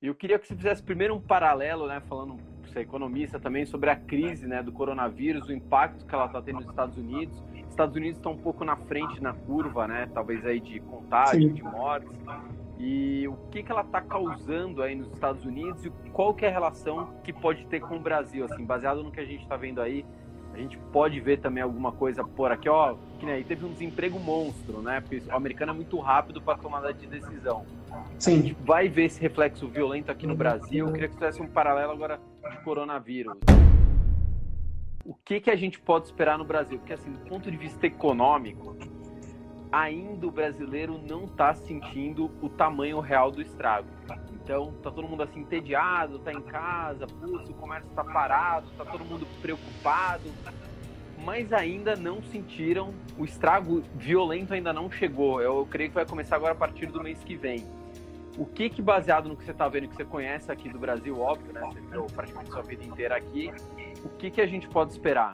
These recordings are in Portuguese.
E eu queria que você fizesse primeiro um paralelo, né, falando, você é economista também, sobre a crise, né, do coronavírus, o impacto que ela está tendo nos Estados Unidos. Os Estados Unidos estão um pouco na frente na curva, né, talvez aí de contágio, de mortes. E o que ela está causando aí nos Estados Unidos e qual que é a relação que pode ter com o Brasil, assim, baseado no que a gente está vendo aí. A gente pode ver também alguma coisa por aqui, ó, que nem aí teve um desemprego monstro, né? Porque o americano é muito rápido para tomada de decisão. Sim. A gente vai ver esse reflexo violento aqui no Brasil. Eu queria que você fizesse um paralelo agora de coronavírus. O que a gente pode esperar no Brasil? Porque, assim, do ponto de vista econômico, ainda o brasileiro não está sentindo o tamanho real do estrago. Então, tá todo mundo assim entediado, tá em casa, putz, o comércio tá parado, tá todo mundo preocupado, mas ainda não sentiram, o estrago violento ainda não chegou. Eu creio que vai começar agora a partir do mês que vem. O que baseado no que você tá vendo, que você conhece aqui do Brasil, óbvio, né? Você viveu praticamente sua vida inteira aqui, o que a gente pode esperar?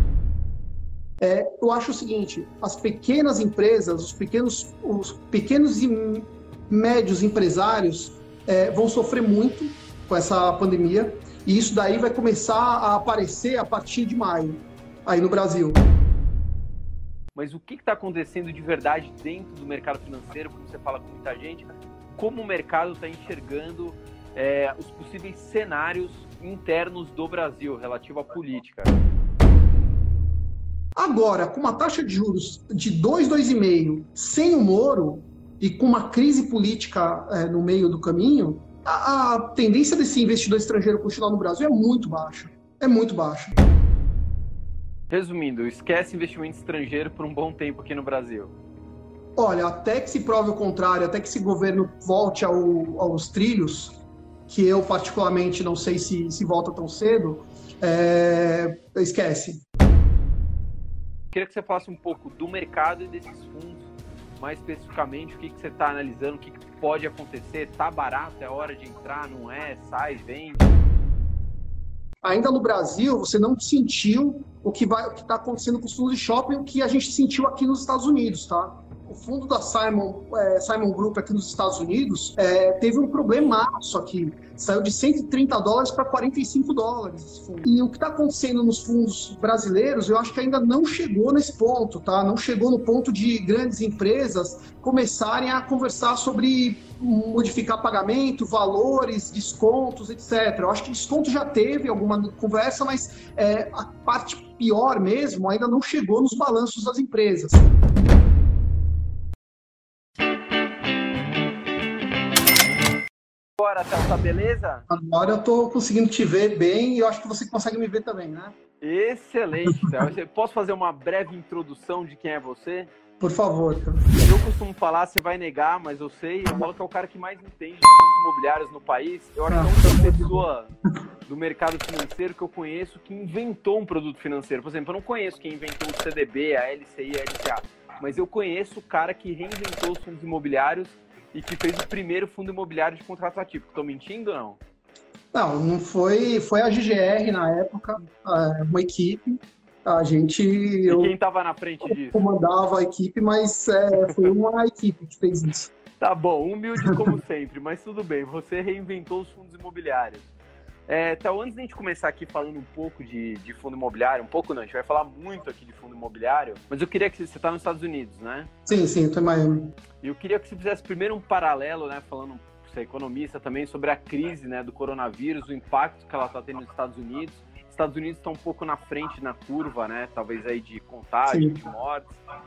Eu acho o seguinte, as pequenas empresas, os pequenos e médios empresários vão sofrer muito com essa pandemia, e isso daí vai começar a aparecer a partir de maio, aí no Brasil. Mas o que está acontecendo de verdade dentro do mercado financeiro, como você fala com muita gente, como o mercado está enxergando os possíveis cenários internos do Brasil relativo à política? Agora, com uma taxa de juros de 2,5%, sem o Moro e com uma crise política no meio do caminho, a tendência desse investidor estrangeiro continuar no Brasil é muito baixa. É muito baixa. Resumindo, esquece investimento estrangeiro por um bom tempo aqui no Brasil. Olha, até que se prove o contrário, até que esse governo volte aos trilhos, que eu particularmente não sei se volta tão cedo, esquece. Queria que você falasse um pouco do mercado e desses fundos, mais especificamente, o que você está analisando, o que pode acontecer, tá barato, é hora de entrar, não é, sai, vende? Ainda no Brasil, você não sentiu o que está acontecendo com os fundos de shopping, o que a gente sentiu aqui nos Estados Unidos, tá? O fundo da Simon Group aqui nos Estados Unidos teve um problemaço aqui. Saiu de $130 para $45 esse fundo. E o que está acontecendo nos fundos brasileiros, eu acho que ainda não chegou nesse ponto, tá? Não chegou no ponto de grandes empresas começarem a conversar sobre modificar pagamento, valores, descontos, etc. Eu acho que desconto já teve alguma conversa, mas a parte pior mesmo ainda não chegou nos balanços das empresas. Agora, Théo, tá beleza? Agora eu tô conseguindo te ver bem e eu acho que você consegue me ver também, né? Excelente, Théo. Posso fazer uma breve introdução de quem é você? Por favor. Eu costumo falar, você vai negar, mas eu sei, eu falo que é o cara que mais entende de fundos imobiliários no país. Eu acho que é a única pessoa do mercado financeiro que eu conheço que inventou um produto financeiro. Por exemplo, eu não conheço quem inventou o CDB, a LCI, a LCA, mas eu conheço o cara que reinventou os fundos imobiliários e que fez o primeiro fundo imobiliário de contrato ativo. Estou mentindo ou não? Não foi a GGR na época, uma equipe. E quem estava na frente disso? Eu comandava a equipe, mas foi uma equipe que fez isso. Tá bom, humilde como sempre, mas tudo bem, você reinventou os fundos imobiliários. Então, antes de a gente começar aqui falando um pouco de fundo imobiliário, um pouco não, a gente vai falar muito aqui de fundo imobiliário, mas eu queria que você está nos Estados Unidos, né? Sim, eu estou em Miami. Eu queria que você fizesse primeiro um paralelo, né, falando, você é economista também, sobre a crise, né, do coronavírus, o impacto que ela está tendo nos Estados Unidos. Os Estados Unidos estão um pouco na frente na curva, né, talvez aí de contágio, de mortes.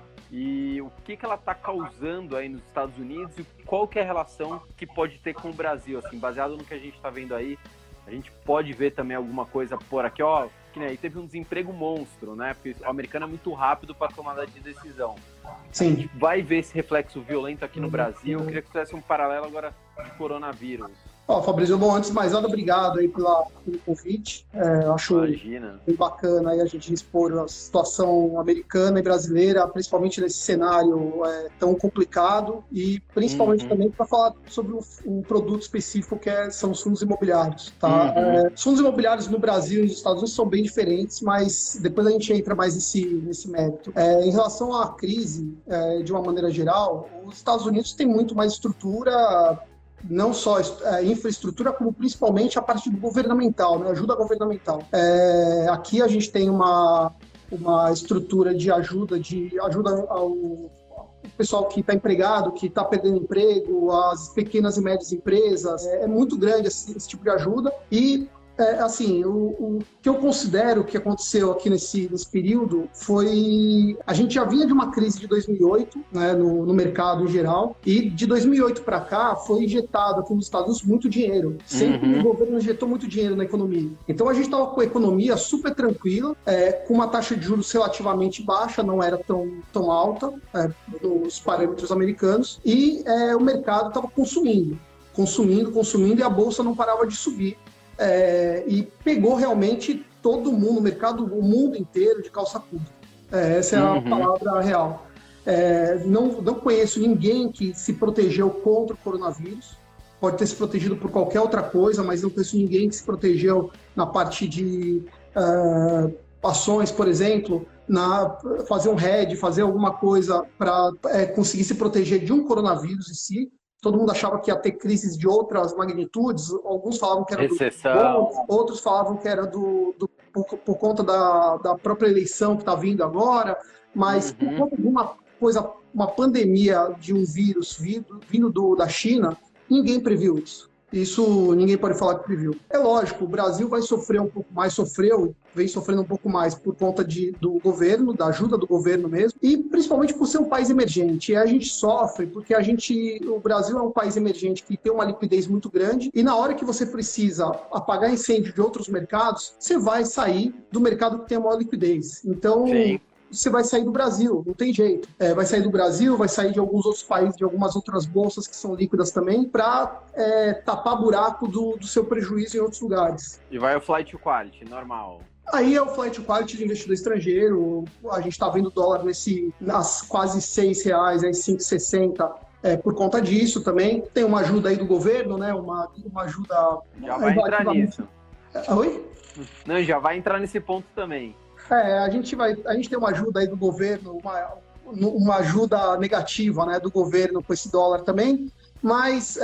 E o que ela está causando aí nos Estados Unidos e qual que é a relação que pode ter com o Brasil, assim, baseado no que a gente está vendo aí. A gente pode ver também alguma coisa por aqui, ó, que nem aí teve um desemprego monstro, né? Porque o americano é muito rápido para tomada de decisão. Sim. A gente vai ver esse reflexo violento aqui no Brasil. Eu queria que fizesse um paralelo agora de coronavírus. Fabrício, bom, antes de mais nada, obrigado aí pelo convite. Acho bem bacana aí a gente expor a situação americana e brasileira, principalmente nesse cenário tão complicado e principalmente também para falar sobre um produto específico que são os fundos imobiliários. Tá? Os fundos imobiliários no Brasil e nos Estados Unidos são bem diferentes, mas depois a gente entra mais nesse mérito. Em relação à crise, de uma maneira geral, os Estados Unidos têm muito mais estrutura não só infraestrutura, como principalmente a parte do governamental, né? Ajuda governamental. Aqui a gente tem uma estrutura de ajuda ao pessoal que está empregado, que está perdendo emprego, as pequenas e médias empresas. É muito grande esse tipo de ajuda. E assim, o que eu considero que aconteceu aqui nesse período foi... A gente já vinha de uma crise de 2008, né, no mercado em geral, e de 2008 para cá foi injetado aqui nos Estados Unidos muito dinheiro. Sempre o governo injetou muito dinheiro na economia. Então a gente estava com a economia super tranquila, com uma taxa de juros relativamente baixa, não era tão alta nos parâmetros americanos, e o mercado estava consumindo, e a bolsa não parava de subir. E pegou realmente todo mundo, o mercado, o mundo inteiro de calça curta. Essa é a palavra real. Não conheço ninguém que se protegeu contra o coronavírus. Pode ter se protegido por qualquer outra coisa, mas não conheço ninguém que se protegeu na parte de ações, por exemplo, fazer um hedge, fazer alguma coisa para conseguir se proteger de um coronavírus em si. Todo mundo achava que ia ter crises de outras magnitudes. Alguns falavam que era recessão, outros falavam que era por conta da própria eleição que está vindo agora. Mas por conta de uma pandemia de um vírus vindo da China, ninguém previu isso. Isso ninguém pode falar que previu. É lógico, o Brasil vai sofrer um pouco mais, vem sofrendo um pouco mais por conta do governo, da ajuda do governo mesmo, e principalmente por ser um país emergente. E a gente sofre porque o Brasil é um país emergente que tem uma liquidez muito grande, e na hora que você precisa apagar incêndio de outros mercados, você vai sair do mercado que tem a maior liquidez. Então, sim, você vai sair do Brasil, não tem jeito. Vai sair do Brasil, vai sair de alguns outros países, de algumas outras bolsas que são líquidas também, para tapar buraco do seu prejuízo em outros lugares. E vai o flight to quality, normal. Aí é o flight to quality de investidor estrangeiro. A gente está vendo o dólar nas quase R$6, aí 5,60. Por conta disso também. Tem uma ajuda aí do governo, né? Uma ajuda... Já vai entrar nisso. Oi? Não, já vai entrar nesse ponto também. A gente tem uma ajuda aí do governo, uma ajuda negativa, né, do governo com esse dólar também, mas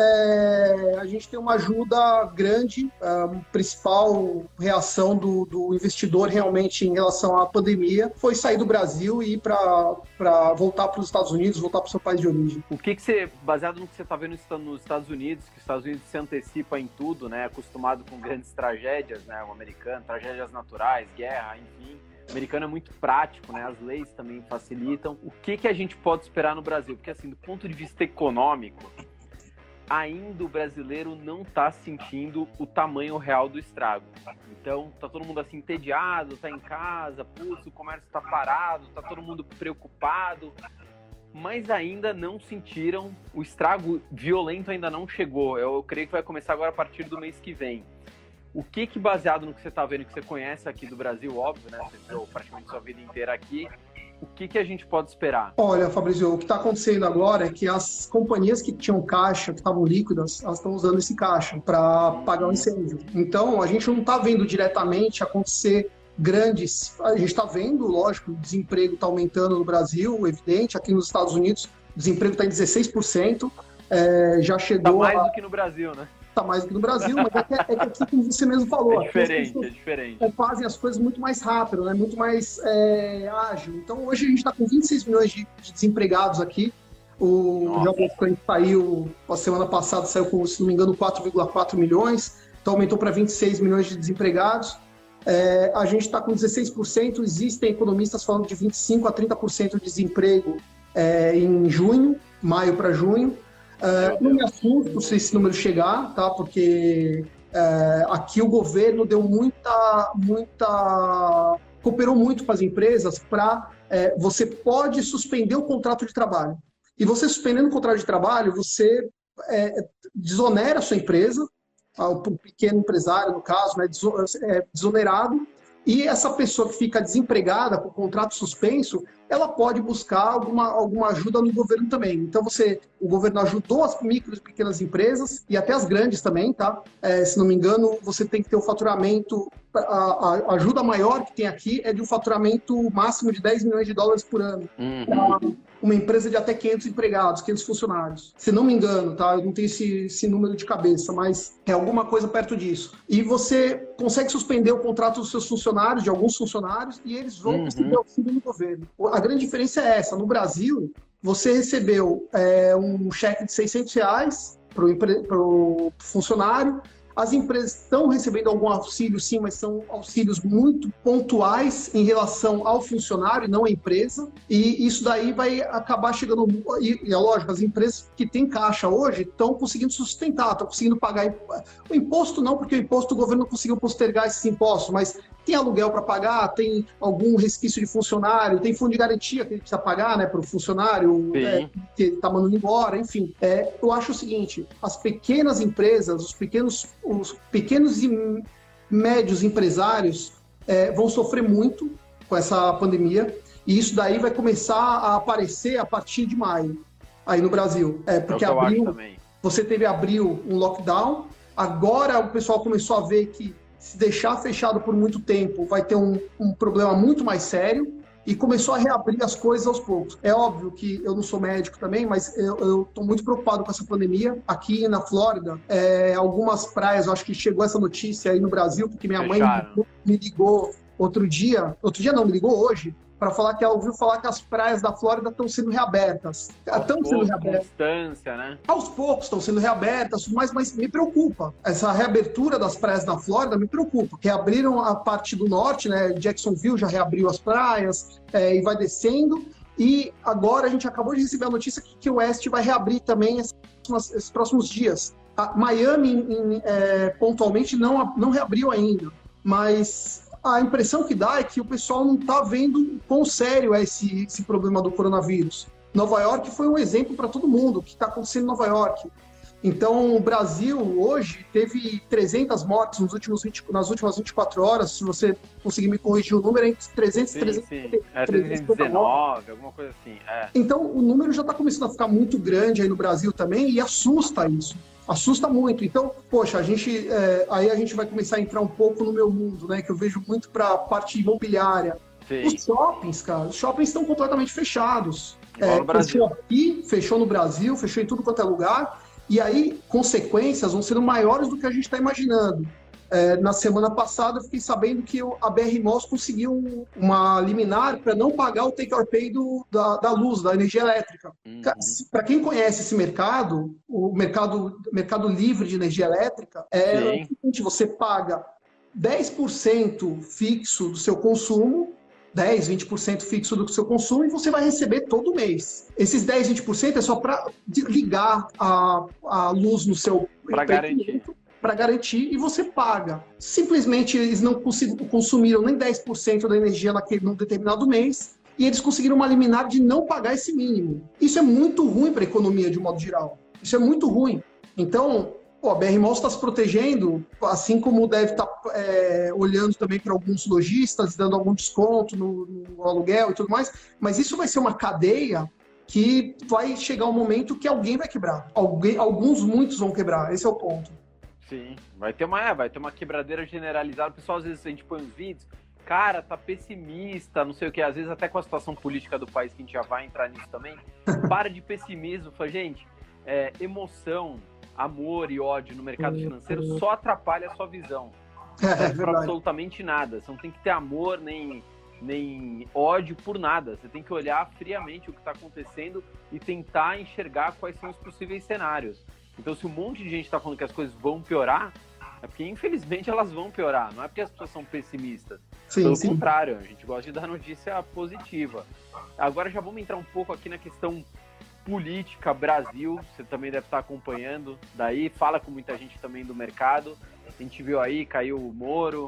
a gente tem uma ajuda grande. A principal reação do investidor realmente em relação à pandemia foi sair do Brasil e ir para voltar para os Estados Unidos, voltar para o seu país de origem. O que você, baseado no que você está vendo nos Estados Unidos, que os Estados Unidos se antecipa em tudo, né, acostumado com grandes tragédias, né, o americano, tragédias naturais, guerra, enfim... O americano é muito prático, né? As leis também facilitam. O que a gente pode esperar no Brasil? Porque, assim, do ponto de vista econômico, ainda o brasileiro não está sentindo o tamanho real do estrago. Então, tá todo mundo, assim, entediado, tá em casa, putz, o comércio tá parado, tá todo mundo preocupado, mas ainda não sentiram, o estrago violento ainda não chegou. Eu creio que vai começar agora a partir do mês que vem. O que baseado no que você está vendo, que você conhece aqui do Brasil, óbvio, né? Você viveu praticamente sua vida inteira aqui. O que a gente pode esperar? Olha, Fabrício, o que está acontecendo agora é que as companhias que tinham caixa, que estavam líquidas, elas estão usando esse caixa para pagar o incêndio. Então, a gente não está vendo diretamente acontecer grandes... A gente está vendo, lógico, o desemprego está aumentando no Brasil, evidente. Aqui nos Estados Unidos, o desemprego está em 16%. Já chegou... Está mais do que no Brasil, né? Está mais do que no Brasil, mas é que aqui, como você mesmo falou, é diferente. Fazem as coisas muito mais rápido, né? Muito mais ágil. Então, hoje a gente está com 26 milhões de desempregados aqui. O Jovem Pan saiu, a semana passada, saiu com, se não me engano, 4,4 milhões. Então, aumentou para 26 milhões de desempregados. A gente está com 16%. Existem economistas falando de 25% a 30% de desemprego em junho, maio para junho. Não me assusto se esse número chegar, tá? Porque aqui o governo deu cooperou muito com as empresas para você pode suspender o contrato de trabalho. E você suspendendo o contrato de trabalho, você desonera a sua empresa, o pequeno empresário, no caso, né, desonerado, e essa pessoa que fica desempregada com o contrato suspenso, ela pode buscar alguma ajuda no governo também. Então, o governo ajudou as micro e pequenas empresas e até as grandes também, tá? Se não me engano, você tem que ter o faturamento, a ajuda maior que tem aqui é de um faturamento máximo de 10 milhões de dólares por ano uma empresa de até 500 empregados, 500 funcionários. Se não me engano, tá? Eu não tenho esse número de cabeça, mas é alguma coisa perto disso. E você consegue suspender o contrato dos seus funcionários, de alguns funcionários, e eles vão receber auxílio no governo. A grande diferença é essa. No Brasil, você recebeu um cheque de R$600 para o funcionário. As empresas estão recebendo algum auxílio, sim, mas são auxílios muito pontuais em relação ao funcionário, não à empresa. E isso daí vai acabar chegando... E é lógico, as empresas que têm caixa hoje estão conseguindo sustentar, estão conseguindo pagar... O imposto não, porque o imposto o governo não conseguiu postergar esses impostos, mas tem aluguel para pagar, tem algum resquício de funcionário, tem fundo de garantia que ele precisa pagar, né, para o funcionário que ele está mandando embora, enfim. Eu acho o seguinte, as pequenas empresas, os pequenos e médios empresários vão sofrer muito com essa pandemia, e isso daí vai começar a aparecer a partir de maio, aí no Brasil. Porque abril, você teve abril um lockdown, agora o pessoal começou a ver que se deixar fechado por muito tempo, vai ter um problema muito mais sério, e começou a reabrir as coisas aos poucos. É óbvio que eu não sou médico também, mas eu estou muito preocupado com essa pandemia. Aqui na Flórida, algumas praias, eu acho que chegou essa notícia aí no Brasil, porque minha mãe me ligou me ligou hoje, para falar que ela ouviu falar que as praias da Flórida estão sendo reabertas. Estão sendo reabertas. Distância, né? Aos poucos estão sendo reabertas, mas me preocupa. Essa reabertura das praias da Flórida me preocupa. Reabriram a parte do norte, né? Jacksonville já reabriu as praias e vai descendo. E agora a gente acabou de receber a notícia que Key West vai reabrir também esses próximos dias. A Miami, pontualmente, não reabriu ainda, mas a impressão que dá é que o pessoal não está vendo quão sério é esse problema do coronavírus. Nova York foi um exemplo para todo mundo, o que está acontecendo em Nova York. Então, o Brasil, hoje, teve 300 mortes nas últimas 24 horas. Se você conseguir me corrigir o número, é entre 300 e 319, alguma coisa assim. Então, o número já está começando a ficar muito grande aí no Brasil também, e assusta isso. Assusta muito. Então, poxa, aí a gente vai começar a entrar um pouco no meu mundo, né? Que eu vejo muito para a parte imobiliária. Sim. Os shoppings, cara, os shoppings estão completamente fechados. Fechou aqui, fechou no Brasil, fechou em tudo quanto é lugar. E aí, consequências vão sendo maiores do que a gente está imaginando. Na semana passada, eu fiquei sabendo que a BR Malls conseguiu uma liminar para não pagar o take or pay da luz, da energia elétrica. Para quem conhece esse mercado, o mercado livre de energia elétrica, o seguinte: você paga 10% fixo do seu consumo, 10, 20% fixo do seu consumo, e você vai receber todo mês. Esses 10, 20% é só para ligar a luz no seu empreendimento, para garantir, e você paga. Simplesmente eles não consumiram nem 10% da energia num determinado mês, e eles conseguiram uma liminar de não pagar esse mínimo. Isso é muito ruim para a economia, de um modo geral. Isso é muito ruim. Então, a BR Malls está se protegendo, assim como deve estar olhando também para alguns lojistas, dando algum desconto no aluguel e tudo mais, mas isso vai ser uma cadeia que vai chegar um momento que alguém vai quebrar. Muitos vão quebrar, esse é o ponto. Sim, vai ter uma quebradeira generalizada. O pessoal, às vezes, a gente põe uns vídeos, cara, tá pessimista, não sei o que, às vezes até com a situação política do país, que a gente já vai entrar nisso também. Para de pessimismo, fala, gente, emoção, amor e ódio no mercado financeiro só atrapalha a sua visão. Não serve pra absolutamente nada. Você não tem que ter amor nem ódio por nada. Você tem que olhar friamente o que está acontecendo e tentar enxergar quais são os possíveis cenários. Então, se um monte de gente está falando que as coisas vão piorar, é porque, infelizmente, elas vão piorar. Não é porque as pessoas são pessimistas. Pelo contrário, a gente gosta de dar notícia positiva. Agora, já vamos entrar um pouco aqui na questão política Brasil. Você também deve estar acompanhando daí. Fala com muita gente também do mercado. A gente viu aí, caiu o Moro,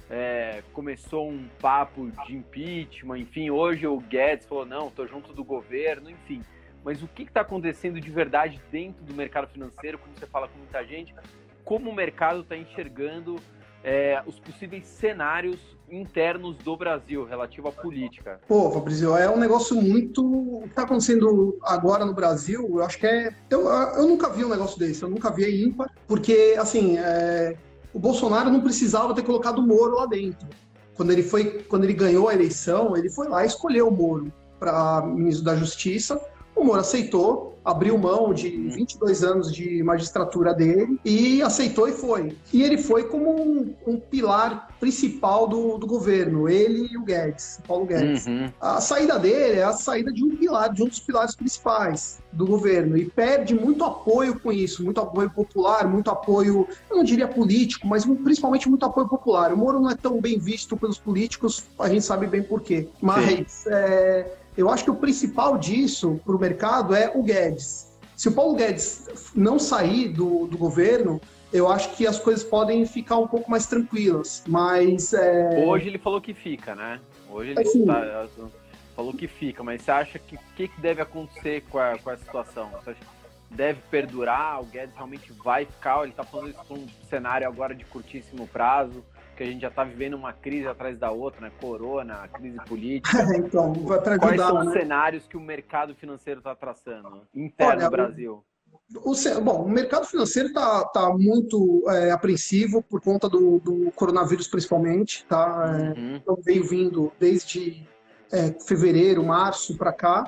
começou um papo de impeachment, enfim. Hoje o Guedes falou, não, tô junto do governo, enfim. Mas o que está acontecendo de verdade dentro do mercado financeiro, como você fala com muita gente, como o mercado está enxergando os possíveis cenários internos do Brasil relativo à política? Pô, Fabrício, é um negócio muito... O que está acontecendo agora no Brasil, eu acho que eu nunca vi um negócio desse, eu nunca vi a ímpar, porque, assim, o Bolsonaro não precisava ter colocado o Moro lá dentro. Quando ele ganhou a eleição, ele foi lá e escolheu o Moro. para ministro da Justiça. O Moro aceitou, abriu mão de 22 anos de magistratura dele e aceitou e foi. E ele foi como um pilar principal do governo, ele e o Guedes, Paulo Guedes. A saída dele é a saída de um pilar, de um dos pilares principais do governo, e perde muito apoio com isso, muito apoio popular, muito apoio, eu não diria político, mas principalmente muito apoio popular. O Moro não é tão bem visto pelos políticos, a gente sabe bem por quê. Mas eu acho que o principal disso para o mercado é o Guedes. Se o Paulo Guedes não sair do governo, eu acho que as coisas podem ficar um pouco mais tranquilas. Mas hoje ele falou que fica, né? Hoje ele falou que fica, mas você acha que o que deve acontecer com a situação? Você acha que deve perdurar? O Guedes realmente vai ficar? Ou ele está falando isso para um cenário agora de curtíssimo prazo? Que a gente já está vivendo uma crise atrás da outra, né? Corona, crise política. Então, para ajudar, quais são os né? cenários que o mercado financeiro está traçando interno do Brasil? O mercado financeiro está muito apreensivo por conta do coronavírus, principalmente. Tá? Então, veio vindo desde fevereiro, março para cá.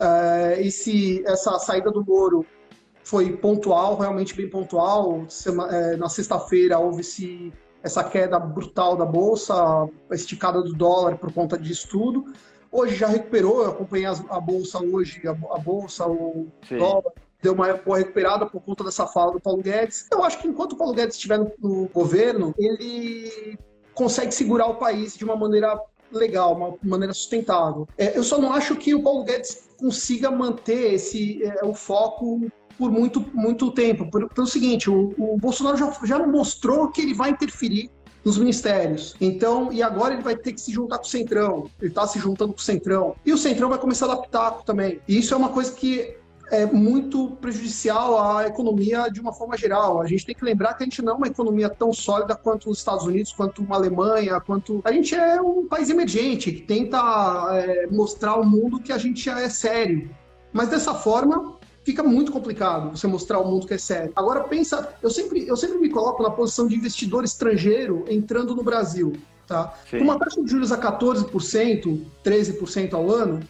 Essa saída do Moro foi pontual, realmente bem pontual. Na sexta-feira houve-se essa queda brutal da Bolsa, a esticada do dólar por conta disso tudo. Hoje já recuperou, eu acompanhei a Bolsa hoje, a Bolsa, o dólar, deu uma boa recuperada por conta dessa fala do Paulo Guedes. Eu acho que enquanto o Paulo Guedes estiver no governo, ele consegue segurar o país de uma maneira legal, uma maneira sustentável. Eu só não acho que o Paulo Guedes consiga manter o foco por muito tempo. Pelo seguinte, o Bolsonaro já mostrou que ele vai interferir nos ministérios. Então, e agora ele vai ter que se juntar com o Centrão. Ele está se juntando com o Centrão. E o Centrão vai começar a dar pitaco também. E isso é uma coisa que é muito prejudicial à economia de uma forma geral. A gente tem que lembrar que a gente não é uma economia tão sólida quanto os Estados Unidos, quanto uma Alemanha, a gente é um país emergente que tenta mostrar ao mundo que a gente é sério. Mas dessa forma fica muito complicado você mostrar ao mundo que é sério. Agora pensa, eu sempre me coloco na posição de investidor estrangeiro entrando no Brasil. Tá? Com uma taxa de juros a 14%, 13% ao ano,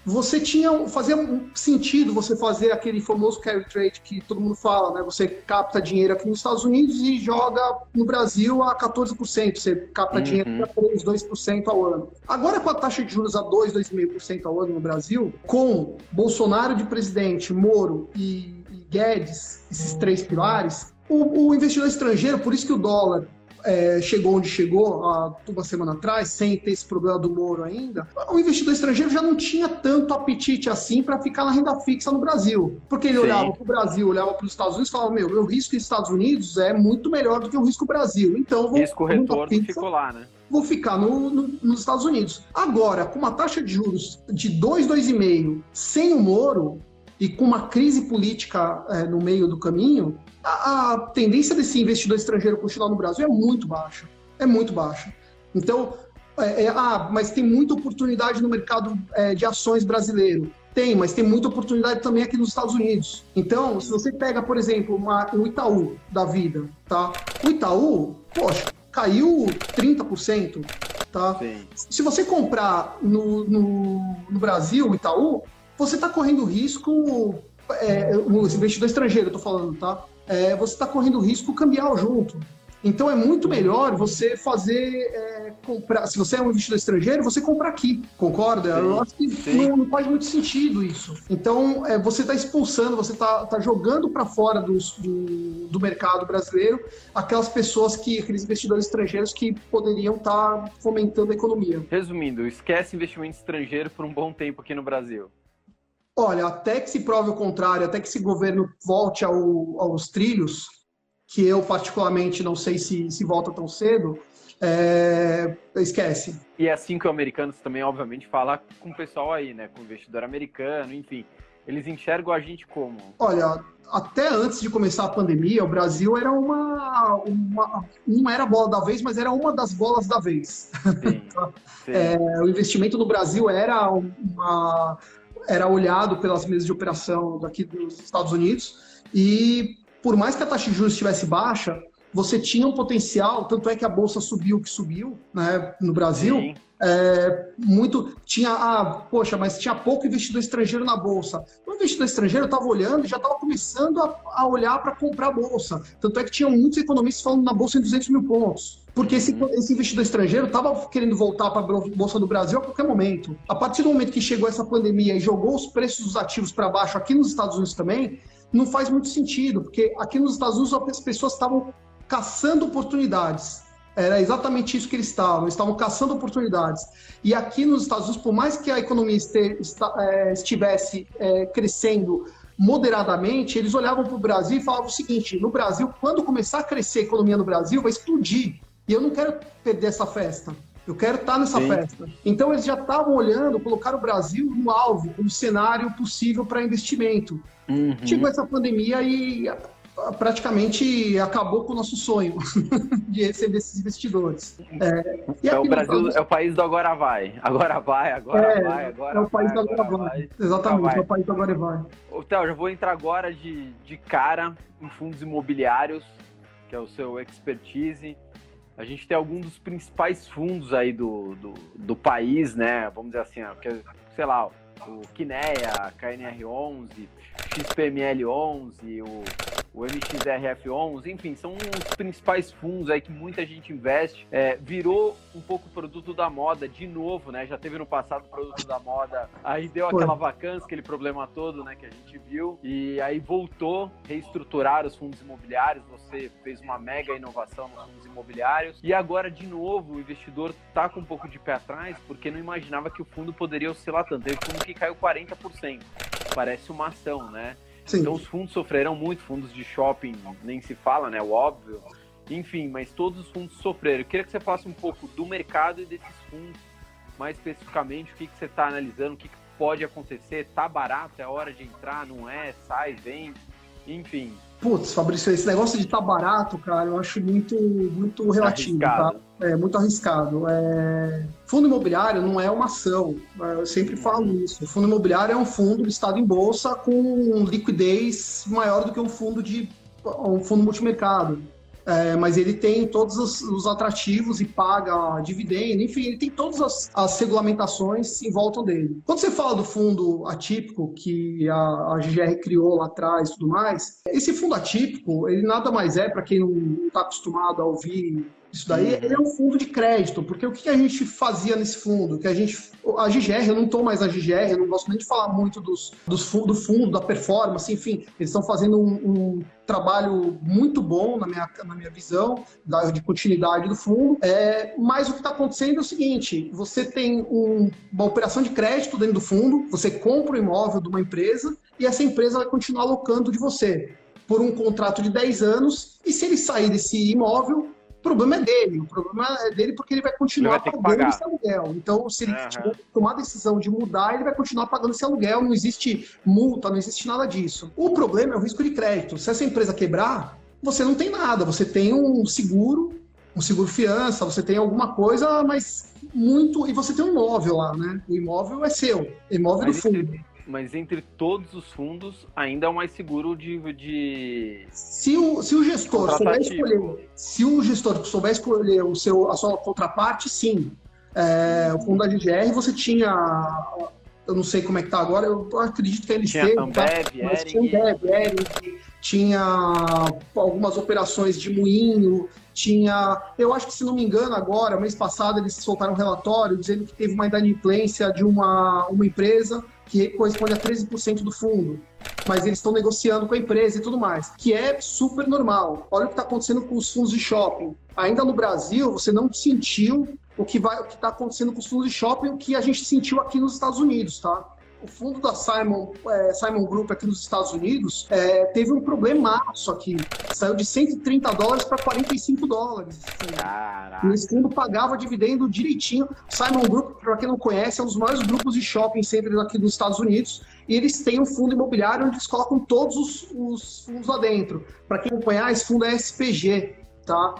fazia sentido você fazer aquele famoso carry trade que todo mundo fala, né? Você capta dinheiro aqui nos Estados Unidos e joga no Brasil a 14%, você capta dinheiro para 3%, 2% ao ano. Agora com a taxa de juros a 2%, 2,5% ao ano no Brasil, com Bolsonaro de presidente, Moro e Guedes, esses três pilares, o investidor estrangeiro, por isso que o dólar chegou onde chegou há uma semana atrás, sem ter esse problema do Moro ainda, o investidor estrangeiro já não tinha tanto apetite assim para ficar na renda fixa no Brasil. Porque ele olhava para o Brasil, olhava para os Estados Unidos e falava, meu risco nos Estados Unidos é muito melhor do que o risco Brasil. Então, risco-retorno ficou lá, né? Vou ficar nos Estados Unidos. Agora, com uma taxa de juros de 2, 2,5, sem o Moro, e com uma crise política no meio do caminho, a tendência desse investidor estrangeiro continuar no Brasil é muito baixa. É muito baixa. Então, mas tem muita oportunidade no mercado de ações brasileiro. Tem, mas tem muita oportunidade também aqui nos Estados Unidos. Então, se você pega, por exemplo, o Itaú da vida, tá? O Itaú, poxa, caiu 30%, tá? Sim. Se você comprar no Brasil, o Itaú, você está correndo risco, os investidores estrangeiros, eu estou falando, tá? Você está correndo risco cambial junto. Então é muito melhor você comprar. Se você é um investidor estrangeiro, você compra aqui, concorda? Sim, eu acho que não faz muito sentido isso. Então você está expulsando, você está jogando para fora do mercado brasileiro aquelas pessoas aqueles investidores estrangeiros que poderiam estar fomentando a economia. Resumindo, esquece investimento estrangeiro por um bom tempo aqui no Brasil. Olha, até que se prove o contrário, até que esse governo volte aos trilhos, que eu particularmente não sei se volta tão cedo, esquece. E é assim que os americanos também, obviamente, falam com o pessoal aí, né? Com o investidor americano, enfim. Eles enxergam a gente como? Olha, até antes de começar a pandemia, o Brasil era não era a bola da vez, mas era uma das bolas da vez. Sim, sim. O investimento no Brasil era olhado pelas mesas de operação daqui dos Estados Unidos e por mais que a taxa de juros estivesse baixa, você tinha um potencial, tanto é que a Bolsa subiu o que subiu, né, no Brasil, Poxa, mas tinha pouco investidor estrangeiro na Bolsa. O investidor estrangeiro estava olhando e já estava começando a olhar para comprar a Bolsa. Tanto é que tinham muitos economistas falando na Bolsa em 200 mil pontos. Porque esse investidor estrangeiro estava querendo voltar para a Bolsa do Brasil a qualquer momento. A partir do momento que chegou essa pandemia e jogou os preços dos ativos para baixo aqui nos Estados Unidos também, não faz muito sentido, porque aqui nos Estados Unidos as pessoas estavam caçando oportunidades. Era exatamente isso que eles estavam caçando oportunidades. E aqui nos Estados Unidos, por mais que a economia estivesse crescendo moderadamente, eles olhavam para o Brasil e falavam o seguinte: no Brasil, quando começar a crescer a economia no Brasil, vai explodir. E eu não quero perder essa festa. Eu quero estar nessa festa. Então, eles já estavam olhando, colocaram o Brasil no alvo, como cenário possível para investimento. Chegou essa pandemia e praticamente acabou com o nosso sonho de receber esses investidores. O Brasil é o país do agora vai. Agora vai. É o país do agora vai. Exatamente, é o país do agora vai. Theo, já vou entrar agora de cara em fundos imobiliários, que é o seu expertise. A gente tem alguns dos principais fundos aí do país, né? Vamos dizer assim, sei lá, o Kinea, KNR11, XPML11, o MXRF11, enfim, são os principais fundos aí que muita gente investe. Virou um pouco produto da moda de novo, né? Já teve no passado produto da moda, aí deu aquela vacância, aquele problema todo, né, que a gente viu, e aí voltou, reestruturar os fundos imobiliários. Você fez uma mega inovação nos fundos imobiliários, e agora, de novo, o investidor tá com um pouco de pé atrás, porque não imaginava que o fundo poderia oscilar tanto. Teve fundo que caiu 40%, parece uma ação, né? Sim. Então os fundos sofreram muito, fundos de shopping nem se fala, né, o óbvio, enfim, mas todos os fundos sofreram. Eu queria que você falasse um pouco do mercado e desses fundos, mais especificamente, o que você está analisando, o que pode acontecer, tá barato, é hora de entrar, não é, sai, vem, enfim. Putz, Fabrício, esse negócio de estar barato, cara, eu acho muito relativo, arriscado. Tá? É muito arriscado. Fundo imobiliário não é uma ação, eu sempre falo isso. O fundo imobiliário é um fundo listado em bolsa com liquidez maior do que um fundo multimercado. Mas ele tem todos os atrativos e paga dividendo, enfim, ele tem todas as regulamentações em volta dele. Quando você fala do fundo atípico que a GGR criou lá atrás e tudo mais, esse fundo atípico, ele nada mais para quem não está acostumado a ouvir isso daí, ele é um fundo de crédito, porque o que a gente fazia nesse fundo? A GGR, eu não estou mais na GGR, eu não gosto nem de falar muito do fundo, da performance, enfim, eles estão fazendo um trabalho muito bom na minha visão, de continuidade do fundo, mas o que está acontecendo é o seguinte: você tem uma operação de crédito dentro do fundo, você compra o imóvel de uma empresa e essa empresa vai continuar alocando de você por um contrato de 10 anos, e se ele sair desse imóvel, o problema é dele porque ele vai continuar pagando esse aluguel. Então, se ele tomar a decisão de mudar, ele vai continuar pagando esse aluguel, não existe multa, não existe nada disso. O problema é o risco de crédito. Se essa empresa quebrar, você não tem nada, você tem um seguro fiança, você tem alguma coisa, mas e você tem um imóvel lá, né? O imóvel é seu, imóvel do fundo. Mas entre todos os fundos, ainda é o mais seguro de... Se o gestor souber escolher a sua contraparte, sim. O fundo da GGR, você tinha... Eu não sei como é que tá agora, eu acredito que ele tinha Ambev, Ering, tinha algumas operações de moinho, eu acho que, se não me engano, agora, mês passado, eles soltaram um relatório dizendo que teve uma inadimplência de uma empresa que corresponde a 13% do fundo, mas eles estão negociando com a empresa e tudo mais, que é super normal. Olha o que está acontecendo com os fundos de shopping. Ainda no Brasil, você não sentiu o que está acontecendo com os fundos de shopping, o que a gente sentiu aqui nos Estados Unidos, tá? O fundo da Simon Group aqui nos Estados Unidos teve um problemaço aqui. Saiu de $130 para $45. Caraca. E esse fundo pagava dividendo direitinho. O Simon Group, para quem não conhece, é um dos maiores grupos de shopping centers aqui dos Estados Unidos. E eles têm um fundo imobiliário onde eles colocam todos os fundos lá dentro. Para quem acompanhar, esse fundo é SPG, tá?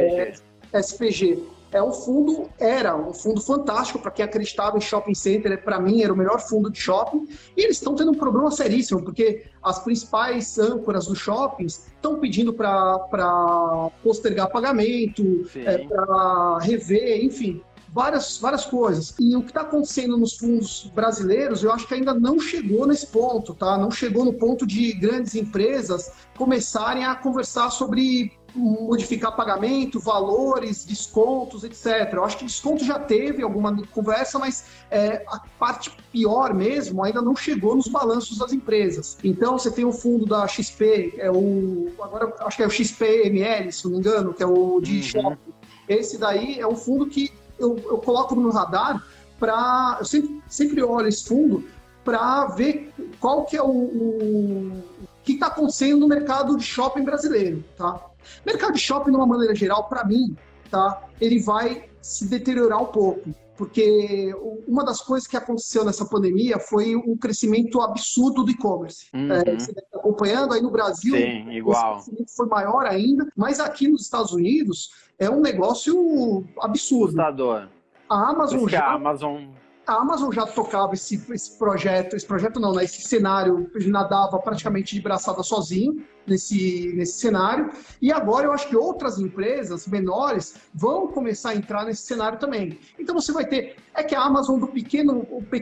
SPG. Era um fundo fantástico para quem acreditava em shopping center. Para mim, era o melhor fundo de shopping. E eles estão tendo um problema seríssimo, porque as principais âncoras dos shoppings estão pedindo para postergar pagamento, para rever, enfim, várias coisas. E o que está acontecendo nos fundos brasileiros, eu acho que ainda não chegou nesse ponto, tá? Não chegou no ponto de grandes empresas começarem a conversar sobre modificar pagamento, valores, descontos, etc. Eu acho que desconto já teve alguma conversa, mas a parte pior mesmo ainda não chegou nos balanços das empresas. Então, você tem o fundo da XP, agora acho que é o XPML, se não me engano, que é o de shopping. Esse daí é um fundo que eu coloco no radar eu sempre olho esse fundo para ver qual que é o que está acontecendo no mercado de shopping brasileiro, tá? Mercado de shopping, de uma maneira geral, para mim, tá, ele vai se deteriorar um pouco, porque uma das coisas que aconteceu nessa pandemia foi um crescimento absurdo do e-commerce. Você está acompanhando aí no Brasil, sim, igual. Esse crescimento foi maior ainda, mas aqui nos Estados Unidos é um negócio absurdo. Assustador. A Amazon A Amazon já tocava esse projeto não, né? Esse cenário, ele nadava praticamente de braçada sozinho nesse cenário, e agora eu acho que outras empresas menores vão começar a entrar nesse cenário também. Então você vai ter, que a Amazon o pequeno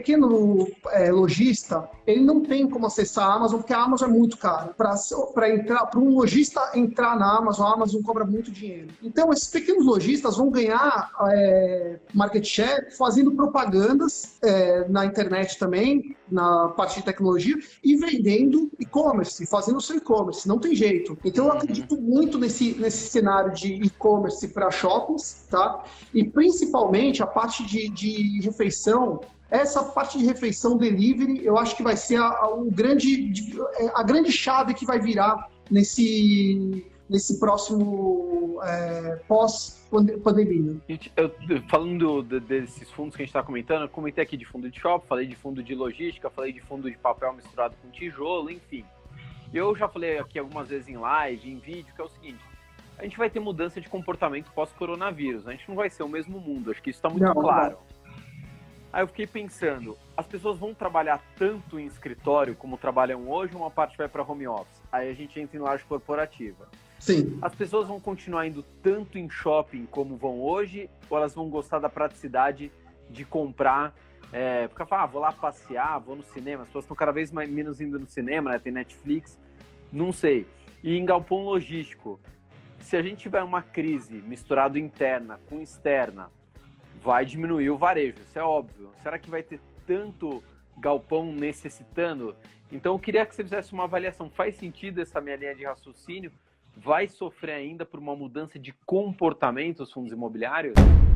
lojista, ele não tem como acessar a Amazon, porque a Amazon é muito cara. Para um lojista entrar na Amazon, a Amazon cobra muito dinheiro. Então esses pequenos lojistas vão ganhar market share fazendo propagandas na internet também, na parte de tecnologia, e vendendo e-commerce, fazendo o seu e-commerce. Não tem jeito. Então eu acredito muito nesse cenário de e-commerce para shoppings, tá? E principalmente a parte de refeição. Essa parte de refeição delivery, eu acho que vai ser a grande chave que vai virar nesse próximo pós-pandemia. Falando desses fundos que a gente está comentando, eu comentei aqui de fundo de shopping, falei de fundo de logística, falei de fundo de papel misturado com tijolo, enfim. Eu já falei aqui algumas vezes em live, em vídeo, que é o seguinte: a gente vai ter mudança de comportamento pós-coronavírus, a gente não vai ser o mesmo mundo, acho que isso está muito claro. Aí eu fiquei pensando, as pessoas vão trabalhar tanto em escritório como trabalham hoje, uma parte vai para home office, aí a gente entra em laje corporativa. Sim. As pessoas vão continuar indo tanto em shopping como vão hoje, ou elas vão gostar da praticidade de comprar, porque falar, vou lá passear, vou no cinema, as pessoas estão cada vez menos indo no cinema, né? Tem Netflix, não sei. E em galpão logístico, se a gente tiver uma crise misturado interna com externa, vai diminuir o varejo, isso é óbvio. Será que vai ter tanto galpão necessitando? Então eu queria que você fizesse uma avaliação. Faz sentido essa minha linha de raciocínio? Vai sofrer ainda por uma mudança de comportamento os fundos imobiliários?